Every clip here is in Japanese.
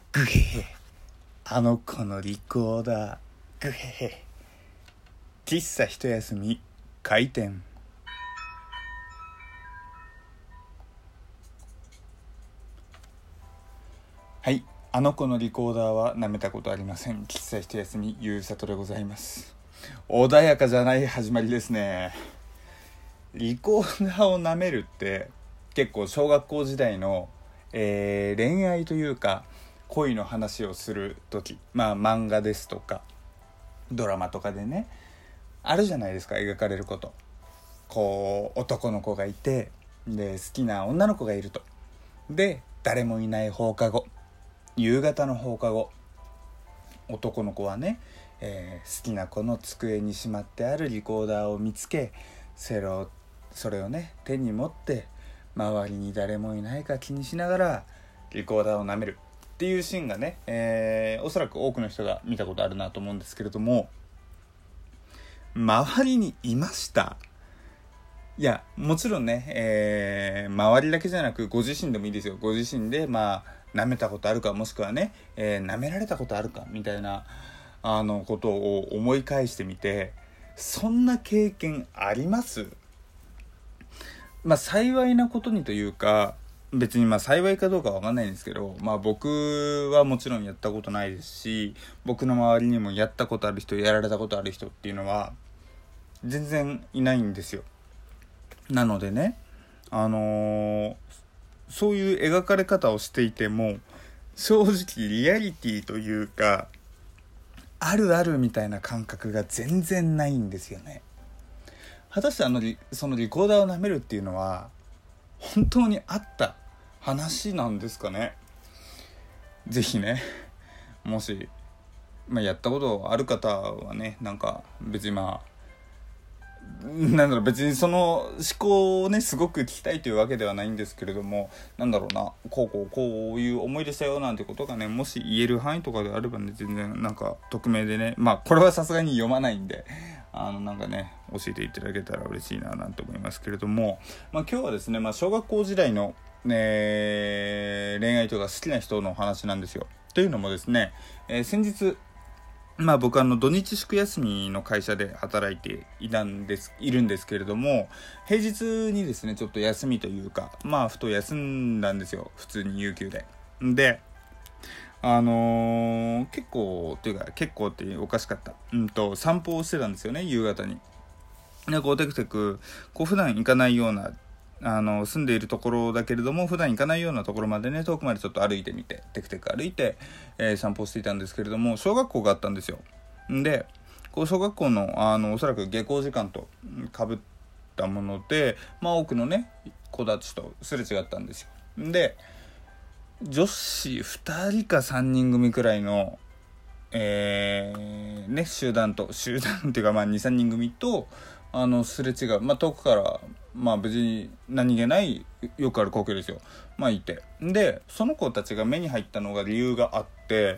グヘヘ、あの子のリコーダー、グヘヘ、喫茶一休み開店。はい、あの子のリコーダーは舐めたことありません。喫茶一休みゆうさとでございます。穏やかじゃない始まりですね。リコーダーを舐めるって結構小学校時代の、恋愛というか恋の話をする時、漫画ですとかドラマとかでねあるじゃないですか、描かれること。こう男の子がいて、で好きな女の子がいると。で誰もいない放課後、夕方の放課後、男の子はね、好きな子の机にしまってあるリコーダーを見つけ、それをね手に持って周りに誰もいないか気にしながらリコーダーを舐めるっていうシーンがね、おそらく多くの人が見たことあるなと思うんですけれども、周りにいました？いや、もちろんね、周りだけじゃなくご自身でもいいですよ。ご自身で舐めたことあるか、もしくはね、舐められたことあるかみたいなことを思い返してみて、そんな経験あります？幸いなことにというか、別に幸いかどうかわかんないんですけど、僕はもちろんやったことないですし、僕の周りにもやったことある人、やられたことある人っていうのは全然いないんですよ。なのでね、そういう描かれ方をしていても、正直リアリティというかあるあるみたいな感覚が全然ないんですよね。果たしてそのリコーダーを舐めるっていうのは本当にあった話なんですかね。ぜひね、もし、やったことある方はね、別に別にその思考をねすごく聞きたいというわけではないんですけれども、こういう思いでしたよなんてことがね、もし言える範囲とかであればね、全然匿名でね、これはさすがに読まないんで教えていただけたら嬉しいななんて思いますけれども、今日はですね、小学校時代の、恋愛とか好きな人の話なんですよ。というのもですね、先日僕土日祝休みの会社で働いているんですけれども、平日にですねちょっと休みというかふと休んだんですよ、普通に有給で。で結構っておかしかった散歩をしてたんですよね、夕方に。でテクテク普段行かないような住んでいるところだけれども普段行かないようなところまでね、遠くまでちょっと歩いてみて、テクテク歩いて、散歩していたんですけれども、小学校があったんですよ。で小学校のおそらく下校時間と被ったもので、多くのね子たちとすれ違ったんですよ。で女子2人か3人組くらいの集団っていうか2、3人組とすれ違う、遠くから別に何気ないよくある光景ですよ、いて、でその子たちが目に入ったのが理由があって、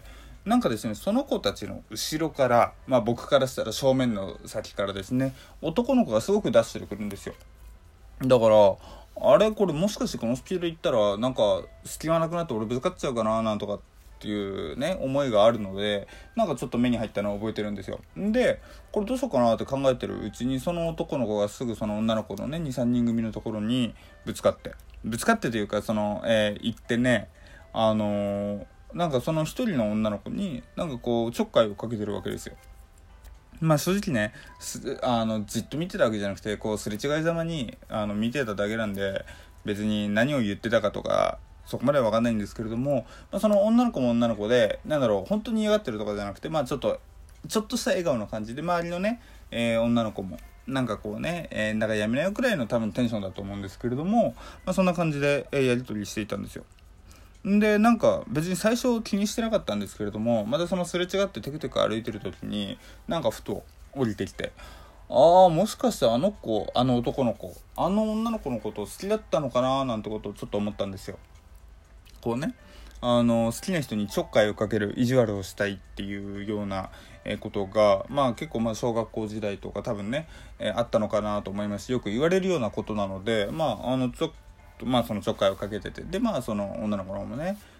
ですね、その子たちの後ろから、僕からしたら正面の先からですね、男の子がすごくダッシュで来るんですよ。だからこれもしかしてこのスピードで行ったら隙間なくなって俺ぶつかっちゃうかななんとかっていうね思いがあるので、ちょっと目に入ったのを覚えてるんですよ。でこれどうしようかなって考えてるうちに、その男の子がすぐその女の子のね 2,3 人組のところにぶつかってというか行ってね、その一人の女の子にちょっかいをかけてるわけですよ。正直ねじっと見てたわけじゃなくて、すれ違いざまに見てただけなんで、別に何を言ってたかとかそこまでは分かんないんですけれども、その女の子も女の子で本当に嫌がってるとかじゃなくて、ちょっとした笑顔の感じで、周りのね、女の子もやめなよくらいの多分テンションだと思うんですけれども、そんな感じで、やり取りしていたんですよ。で別に最初気にしてなかったんですけれども、またそのすれ違ってテクテク歩いてる時にふと降りてきて、もしかして男の子女の子のことを好きだったのかななんてことをちょっと思ったんですよ。好きな人にちょっかいをかける、意地悪をしたいっていうようなことが結構小学校時代とか多分ね、あったのかなと思いますし、よく言われるようなことなので、そのちょっかいをかけてて、でその女の子の方もね、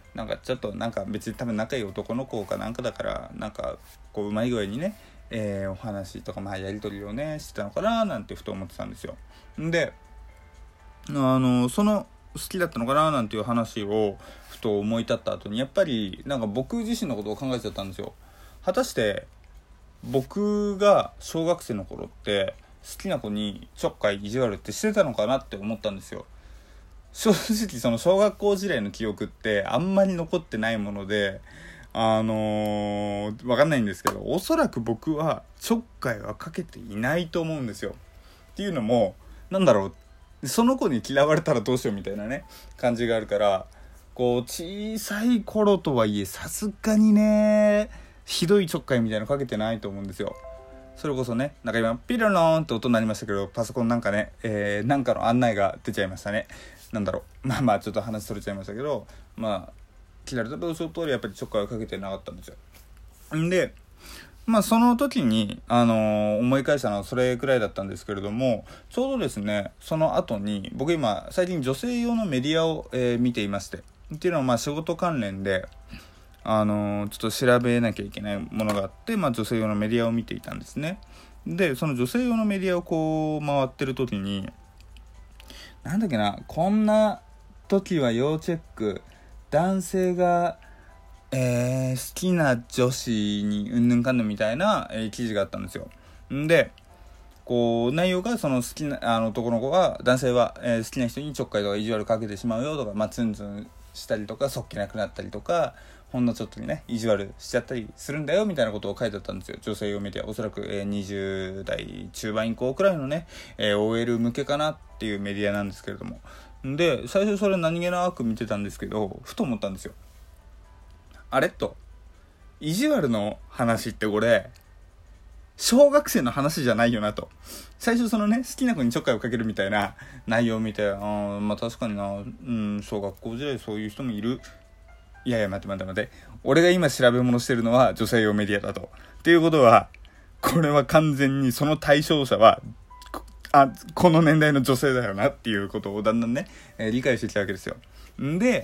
なんかちょっとなんか別に多分仲いい男の子かなんかだからなんかこううまい具合にね、お話とかまあやり取りをねしてたのかななんてふと思ってたんですよ。でその好きだったのかななんていう話をふと思い立った後にやっぱりなんか僕自身のことを考えちゃったんですよ。果たして僕が小学生の頃って好きな子にちょっかい意地悪ってしてたのかなって思ったんですよ。正直その小学校時代の記憶ってあんまり残ってないものでわかんないんですけど、おそらく僕はちょっかいはかけていないと思うんですよ。っていうのもなんだろう、その子に嫌われたらどうしようみたいなね感じがあるから、こう小さい頃とはいえさすがにねひどいちょっかいみたいなのかけてないと思うんですよ。それこそね、なんか今ピロローンって音になりましたけど、パソコンなんかね、なんかの案内が出ちゃいましたね。なんだろう、まあちょっと話それちゃいましたけど、まあ切られたとその通りやっぱりちょっかいをかけてなかったんですよ。んでまあその時に思い返したのはそれくらいだったんですけれども、ちょうどですねその後に僕今最近女性用のメディアを、見ていまして、っていうのはまあ仕事関連でちょっと調べなきゃいけないものがあって、まあ、女性用のメディアを見ていたんですね。でその女性用のメディアをこう回ってる時になんだっけな、こんな時は要チェック、男性が、好きな女子にうんぬんかんぬんみたいな、記事があったんですよ。んでこう内容がその好きな男の子が男性は、好きな人にちょっかいとか意地悪かけてしまうよとか、まあ、ツンツンしたりとかそっけなくなったりとかほんのちょっとにね意地悪しちゃったりするんだよみたいなことを書いてあったんですよ。女性用メディア、おそらく、20代中盤以降くらいのね、OL 向けかなっていうメディアなんですけれども、で最初それ何気なく見てたんですけど、ふと思ったんですよ。あれと意地悪の話ってこれ小学生の話じゃないよなと。最初そのね好きな子にちょっかいをかけるみたいな内容を見て、まあ確かにな、小学校時代そういう人もいる。いや待って俺が今調べ物してるのは女性用メディアだと。っていうことはこれは完全にその対象者はこの年代の女性だよなっていうことをだんだんね、理解してきたわけですよ。んで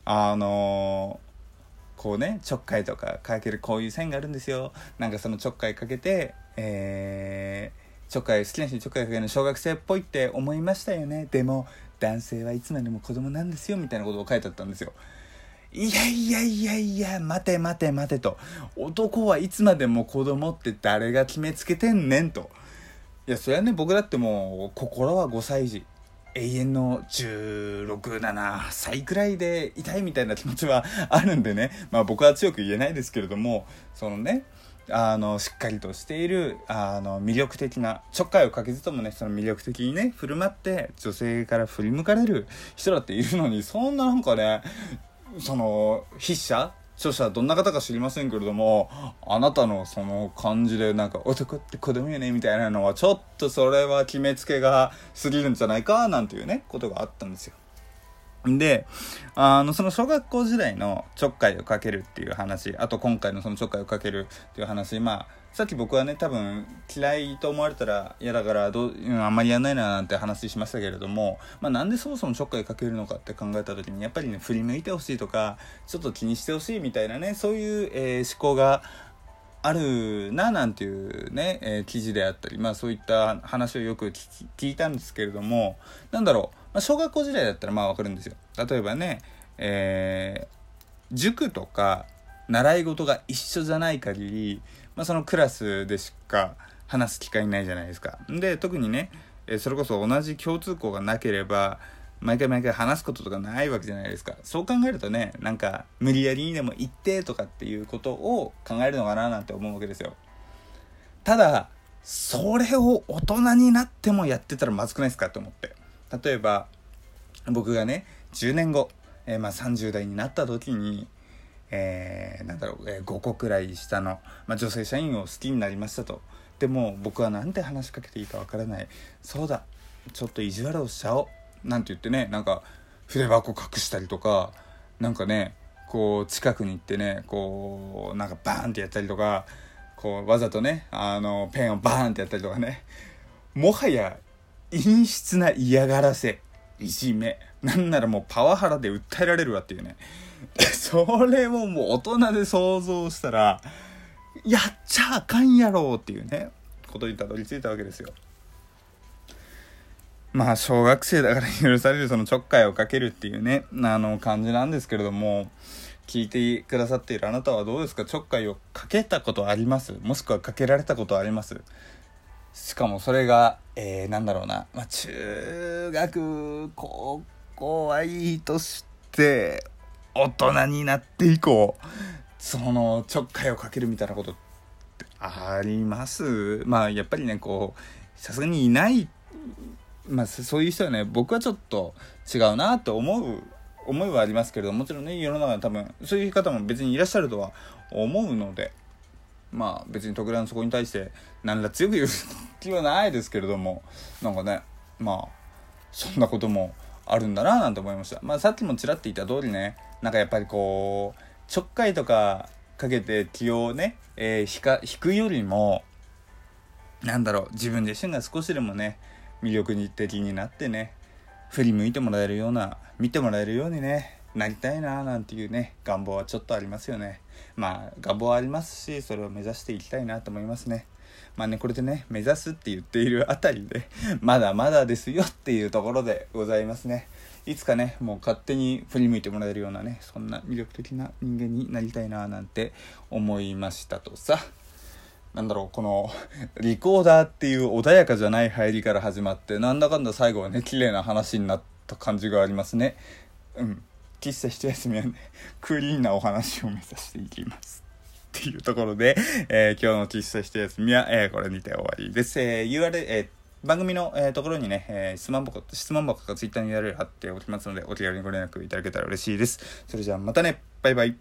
こうねちょっかいとかかけるこういう線があるんですよ。なんかそのちょっかいかけて、ちょっかい好きな人にちょっかいかけるの小学生っぽいって思いましたよね。でも男性はいつまでも子供なんですよみたいなことを書いてあったんですよ。いや待てと、男はいつまでも子供って誰が決めつけてんねんと。いやそれはね僕だってもう心は5歳児永遠の16、7歳くらいでいたいみたいな気持ちはあるんでね、まあ僕は強く言えないですけれども、そのねしっかりとしている魅力的なちょっかいをかけずともねその魅力的にね振る舞って女性から振り向かれる人だっているのに、そんななんかねその筆者著者どんな方か知りませんけれども、あなたのその感じでなんか男って子供よねみたいなのはちょっとそれは決めつけが過ぎるんじゃないかなんていうねことがあったんですよ。でその小学校時代のちょっかいをかけるっていう話、あと今回のそのちょっかいをかけるっていう話、まあさっき僕はね多分嫌いと思われたら嫌だからあんまりやんないななんて話しましたけれども、まあなんでそもそもちょっかいかけるのかって考えた時にやっぱりね振り向いてほしいとかちょっと気にしてほしいみたいなねそういう、思考があるななんていうね、記事であったり、まあそういった話をよく聞いたんですけれども、なんだろう、まあ、小学校時代だったらまあわかるんですよ。例えばね、塾とか習い事が一緒じゃない限り、まあ、そのクラスでしか話す機会ないじゃないですか。で特にね、それこそ同じ共通項がなければ毎回話すこととかないわけじゃないですか。そう考えるとねなんか無理やりにでも言ってとかっていうことを考えるのかななんて思うわけですよ。ただそれを大人になってもやってたらまずくないですかと思って、例えば僕がね10年後、まあ、30代になった時になんだろう、5個くらい下の、まあ、女性社員を好きになりましたと。でも僕はなんて話しかけていいかわからない、そうだちょっと意地悪をしちゃおうなんて言ってね、なんか筆箱隠したりとか、なんかねこう近くに行ってねこうなんかバーンってやったりとか、こうわざとねペンをバーンってやったりとかね、もはや陰湿な嫌がらせ、いじめ、なんならもうパワハラで訴えられるわっていうね、 それをもう大人で想像したらやっちゃあかんやろっていうねことにたどり着いたわけですよ。まあ小学生だから許されるそのちょっかいをかけるっていうね感じなんですけれども、聞いてくださっているあなたはどうですか？ちょっかいをかけたことあります？もしくはかけられたことあります？しかもそれが、なんだろうな、中学高校はいいとして大人になって以降そのちょっかいをかけるみたいなことってあります？やっぱりねさすがにいない、そういう人はね僕はちょっと違うなと思いはありますけれども、もちろんね世の中に多分そういう方も別にいらっしゃるとは思うので、別に特段そこに対して何ら強く言う気はないですけれども、なんかねそんなこともあるんだななんて思いました。さっきもちらっと言った通りね、なんかやっぱりちょっかいとかかけて気をね、引くよりも自分自身が少しでもね魅力的になってね振り向いてもらえるような見てもらえるようにねなりたいななんていうね願望はちょっとありますよね。願望はありますし、それを目指していきたいなと思いますね。これでね目指すって言っているあたりでまだまだですよっていうところでございますね。いつかねもう勝手に振り向いてもらえるようなねそんな魅力的な人間になりたいななんて思いましたとさ。このリコーダーっていう穏やかじゃない入りから始まってなんだかんだ最後はね綺麗な話になった感じがありますね。喫茶一休みはねクリーンなお話を目指していきますっていうところで、今日の喫茶一休みは、これにて終わりです。URL、番組の、ところにね、質問箱がツイッターにURL貼っておきますのでお気軽にご連絡いただけたら嬉しいです。それじゃあまたね、バイバイ。